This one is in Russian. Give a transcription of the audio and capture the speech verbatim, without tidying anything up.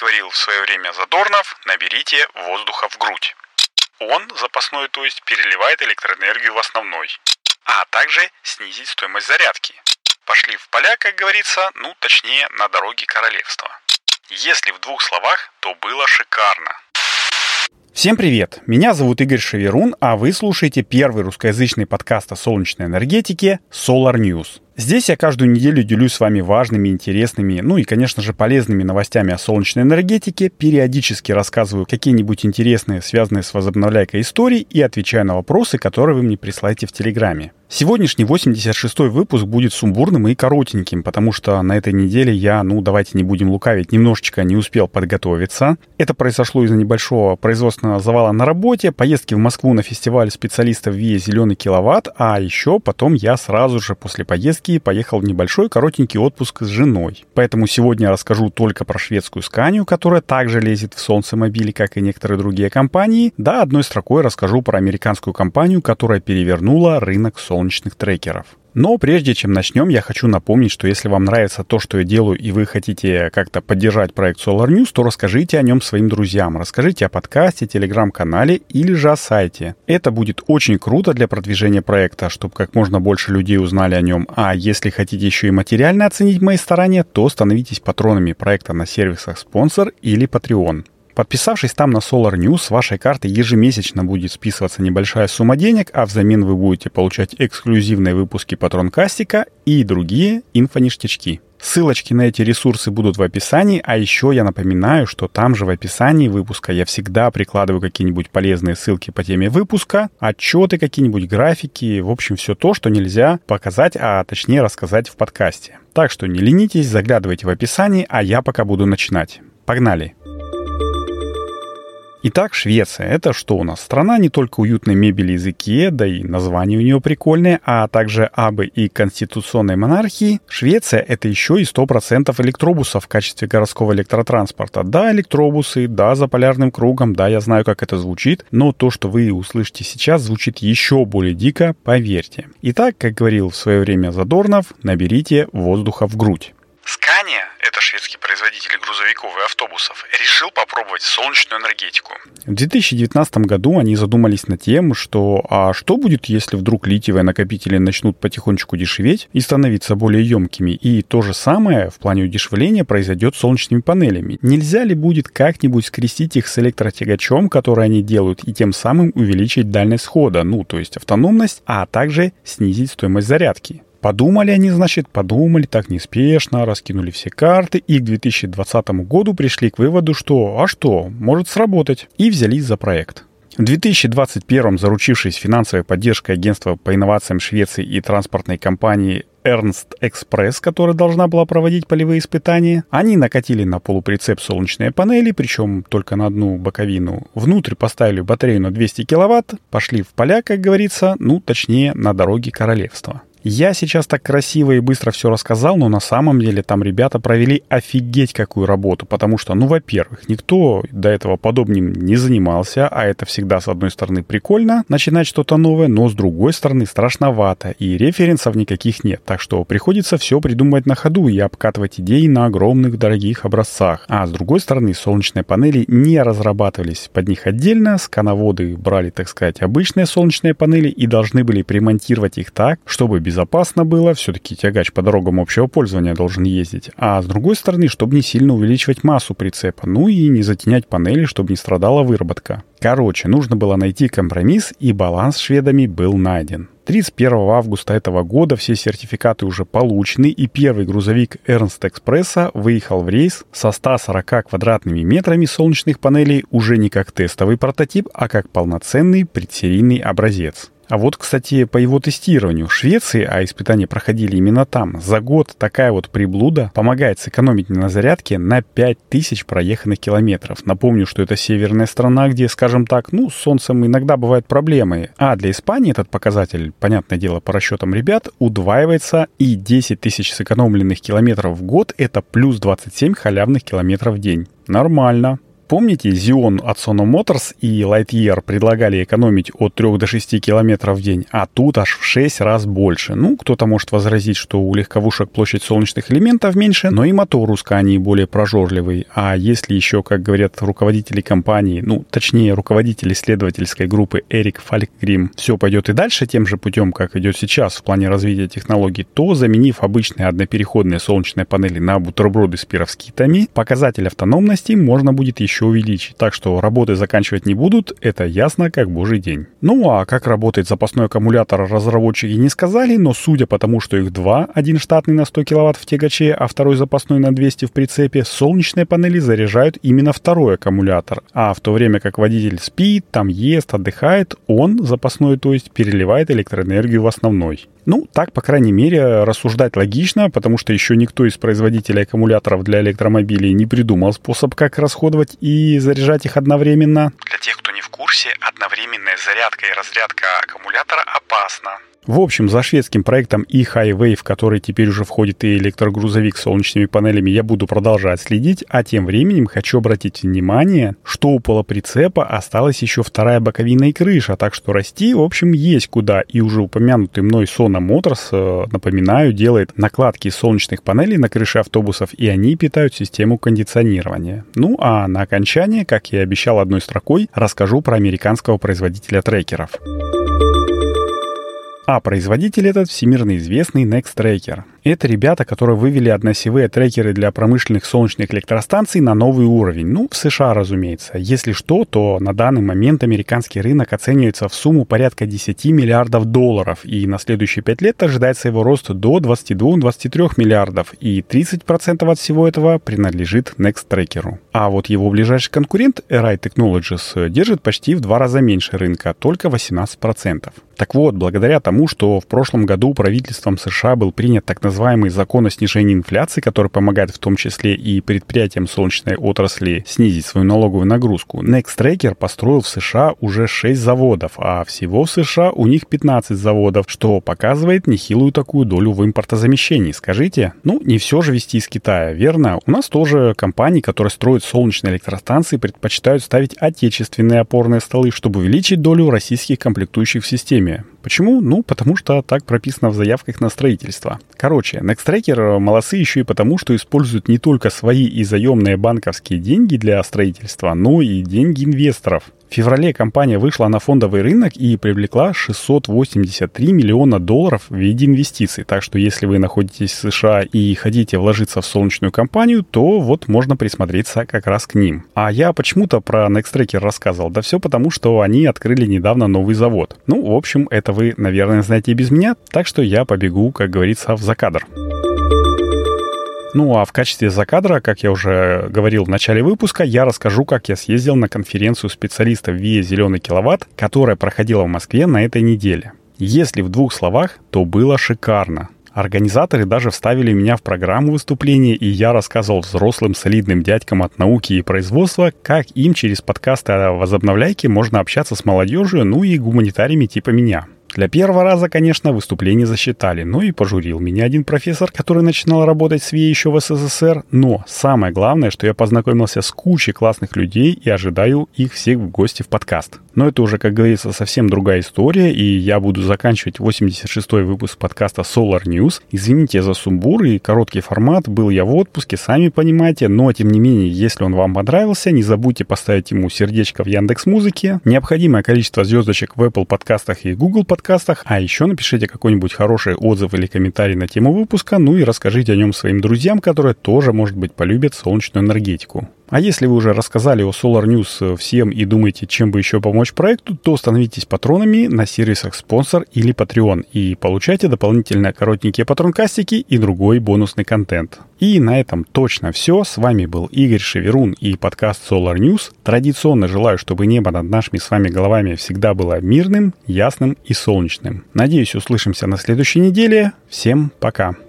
говорил в свое время Задорнов, наберите воздуха в грудь. Он, запасной, то есть, переливает электроэнергию в основной, а также снизить стоимость зарядки. Пошли в поля, как говорится, ну, точнее, на дороге королевства. Если в двух словах, то было шикарно. Всем привет! Меня зовут Игорь Шеверун, а вы слушаете первый русскоязычный подкаст о солнечной энергетике Solar News. Здесь я каждую неделю делюсь с вами важными, интересными, ну и, конечно же, полезными новостями о солнечной энергетике, периодически рассказываю какие-нибудь интересные, связанные с возобновляйкой истории и отвечаю на вопросы, которые вы мне присылаете в Телеграме. Сегодняшний восемьдесят шестой выпуск будет сумбурным и коротеньким, потому что на этой неделе я, ну давайте не будем лукавить, немножечко не успел подготовиться. Это произошло из-за небольшого производственного завала на работе, поездки в Москву на фестиваль специалистов ВИА «Зеленый киловатт», а еще потом я сразу же после поездки поехал в небольшой коротенький отпуск с женой. Поэтому сегодня я расскажу только про шведскую Scania, которая также лезет в солнцемобили, как и некоторые другие компании. Да, одной строкой расскажу про американскую компанию, которая перевернула рынок солнечных трекеров. Но прежде чем начнем, я хочу напомнить, что если вам нравится то, что я делаю, и вы хотите как-то поддержать проект Solar News, то расскажите о нем своим друзьям. Расскажите о подкасте, телеграм-канале или же о сайте. Это будет очень круто для продвижения проекта, чтобы как можно больше людей узнали о нем. А если хотите еще и материально оценить мои старания, то становитесь патронами проекта на сервисах Sponsor или Patreon. Подписавшись там на Solar News, с вашей карты ежемесячно будет списываться небольшая сумма денег, а взамен вы будете получать эксклюзивные выпуски Патронкастика и другие инфоништячки. Ссылочки на эти ресурсы будут в описании, а еще я напоминаю, что там же в описании выпуска я всегда прикладываю какие-нибудь полезные ссылки по теме выпуска, отчеты какие-нибудь, графики, в общем, все то, что нельзя показать, а точнее рассказать в подкасте. Так что не ленитесь, заглядывайте в описание, а я пока буду начинать. Погнали! Итак, Швеция. Это что у нас? Страна не только уютной мебели из IKEA, да и название у нее прикольное, а также абы и конституционной монархии. Швеция — это еще и сто процентов электробусов в качестве городского электротранспорта. Да, электробусы, да, за полярным кругом, да, я знаю, как это звучит, но то, что вы услышите сейчас, звучит еще более дико, поверьте. Итак, как говорил в свое время Задорнов, наберите воздуха в грудь. Scania, это шведский производитель грузовиков и автобусов, решил попробовать солнечную энергетику. В две тысячи девятнадцатом году они задумались над тем, что а что будет, если вдруг литиевые накопители начнут потихонечку дешеветь и становиться более емкими, и то же самое в плане удешевления произойдет с солнечными панелями. Нельзя ли будет как-нибудь скрестить их с электротягачом, который они делают, и тем самым увеличить дальность хода, ну то есть автономность, а также снизить стоимость зарядки? Подумали они, значит, подумали так неспешно, раскинули все карты и к две тысячи двадцатому году пришли к выводу, что «а что, может сработать», и взялись за проект. В две тысячи двадцать первом, заручившись финансовой поддержкой агентства по инновациям Швеции и транспортной компании Ernst Express, которая должна была проводить полевые испытания, они накатили на полуприцеп солнечные панели, причем только на одну боковину. Внутрь поставили батарею на двести киловатт, пошли в поля, как говорится, ну, точнее, на дороге королевства. Я сейчас так красиво и быстро все рассказал, но на самом деле там ребята провели офигеть какую работу, потому что, ну, во-первых, никто до этого подобным не занимался, а это всегда, с одной стороны, прикольно начинать что-то новое, но с другой стороны, страшновато, и референсов никаких нет, так что приходится все придумывать на ходу и обкатывать идеи на огромных дорогих образцах. А с другой стороны, солнечные панели не разрабатывались под них отдельно, скановоды брали, так сказать, обычные солнечные панели и должны были примонтировать их так, чтобы без безопасно было, все-таки тягач по дорогам общего пользования должен ездить, а с другой стороны, чтобы не сильно увеличивать массу прицепа, ну и не затенять панели, чтобы не страдала выработка. Короче, нужно было найти компромисс, и баланс с шведами был найден. тридцать первого августа этого года все сертификаты уже получены, и первый грузовик Ernst Express выехал в рейс со ста сорока квадратными метрами солнечных панелей уже не как тестовый прототип, а как полноценный предсерийный образец. А вот, кстати, по его тестированию в Швеции, а испытания проходили именно там, за год такая вот приблуда помогает сэкономить на зарядке на пять тысяч проеханных километров. Напомню, что это северная страна, где, скажем так, ну, с солнцем иногда бывают проблемы. А для Испании этот показатель, понятное дело, по расчетам ребят, удваивается, и десять тысяч сэкономленных километров в год — это плюс двадцать семь халявных километров в день. Нормально. Помните, Xeon от Sono Motors и Lightyear предлагали экономить от трёх до шести километров в день, а тут аж в шесть раз больше. Ну, кто-то может возразить, что у легковушек площадь солнечных элементов меньше, но и мотор у Scania более прожорливый. А если еще, как говорят руководители компании, ну, точнее, руководитель исследовательской группы Эрик Фалькгрим, все пойдет и дальше тем же путем, как идет сейчас в плане развития технологий, то, заменив обычные однопереходные солнечные панели на бутерброды с пировскитами, показатель автономности можно будет еще увеличить. Так что работы заканчивать не будут, это ясно как божий день. Ну а как работает запасной аккумулятор, разработчики не сказали, но судя по тому, что их два, один штатный на сто киловатт в тягаче, а второй запасной на двести в прицепе, солнечные панели заряжают именно второй аккумулятор. А в то время как водитель спит, там ест, отдыхает, он, запасной то есть, переливает электроэнергию в основной. Ну, так, по крайней мере, рассуждать логично, потому что еще никто из производителей аккумуляторов для электромобилей не придумал способ, как расходовать и заряжать их одновременно. Для тех, кто не в курсе, одновременная зарядка и разрядка аккумулятора опасна. В общем, за шведским проектом e-Highway, в который теперь уже входит и электрогрузовик с солнечными панелями, я буду продолжать следить, а тем временем хочу обратить внимание, что у полуприцепа осталась еще вторая боковина и крыша, так что расти, в общем, есть куда. И уже упомянутый мной Sono Motors, напоминаю, делает накладки солнечных панелей на крыше автобусов, и они питают систему кондиционирования. Ну, а на окончание, как я и обещал одной строкой, расскажу про американского производителя трекеров. А производитель этот всемирно известный Nextracker. Это ребята, которые вывели одноосевые трекеры для промышленных солнечных электростанций на новый уровень. Ну, в США, разумеется. Если что, то на данный момент американский рынок оценивается в сумму порядка десять миллиардов долларов. И на следующие пять лет ожидается его рост до двадцать два - двадцать три миллиардов. И тридцать процентов от всего этого принадлежит Nextracker'у. А вот его ближайший конкурент эр ай Technologies держит почти в два раза меньше рынка, только восемнадцать процентов. Так вот, благодаря тому, что в прошлом году правительством США был принят так называемый закон о снижении инфляции, который помогает в том числе и предприятиям солнечной отрасли снизить свою налоговую нагрузку, Nextracker построил в США уже шесть заводов, а всего в США у них пятнадцать заводов, что показывает нехилую такую долю в импортозамещении. Скажите? Ну, не все же везти из Китая, верно? У нас тоже компании, которые строят солнечные электростанции, предпочитают ставить отечественные опорные столы, чтобы увеличить долю российских комплектующих в системе. Почему? Ну, потому что так прописано в заявках на строительство. Короче, Nextracker молодцы еще и потому, что используют не только свои и заемные банковские деньги для строительства, но и деньги инвесторов. В феврале компания вышла на фондовый рынок и привлекла шестьсот восемьдесят три миллиона долларов в виде инвестиций. Так что если вы находитесь в США и хотите вложиться в солнечную компанию, то вот можно присмотреться как раз к ним. А я почему-то про Nextracker рассказывал. Да все потому, что они открыли недавно новый завод. Ну, в общем, это вы, наверное, знаете и без меня, так что я побегу, как говорится, в закадр. Ну а в качестве закадра, как я уже говорил в начале выпуска, я расскажу, как я съездил на конференцию специалистов ви ай «Зеленый киловатт», которая проходила в Москве на этой неделе. Если в двух словах, то было шикарно. Организаторы даже вставили меня в программу выступления, и я рассказывал взрослым солидным дядькам от науки и производства, как им через подкасты о возобновляйке можно общаться с молодежью, ну и гуманитариями типа меня. Для первого раза, конечно, выступление засчитали, но и пожурил меня один профессор, который начинал работать с ви ай еще в эс эс эс эр. Но самое главное, что я познакомился с кучей классных людей и ожидаю их всех в гости в подкаст. Но это уже, как говорится, совсем другая история, и я буду заканчивать восемьдесят шестой выпуск подкаста Solar News. Извините за сумбур и короткий формат, был я в отпуске, сами понимаете, но тем не менее, если он вам понравился, не забудьте поставить ему сердечко в Яндекс.Музыке, необходимое количество звездочек в Apple подкастах и Google подкастах, а еще напишите какой-нибудь хороший отзыв или комментарий на тему выпуска, ну и расскажите о нем своим друзьям, которые тоже, может быть, полюбят солнечную энергетику. А если вы уже рассказали о Solar News всем и думаете, чем бы еще помочь проекту, то становитесь патронами на сервисах Sponsor или Patreon и получайте дополнительные коротенькие патронкастики и другой бонусный контент. И на этом точно все. С вами был Игорь Шеверун и подкаст Solar News. Традиционно желаю, чтобы небо над нашими с вами головами всегда было мирным, ясным и солнечным. Надеюсь, услышимся на следующей неделе. Всем пока!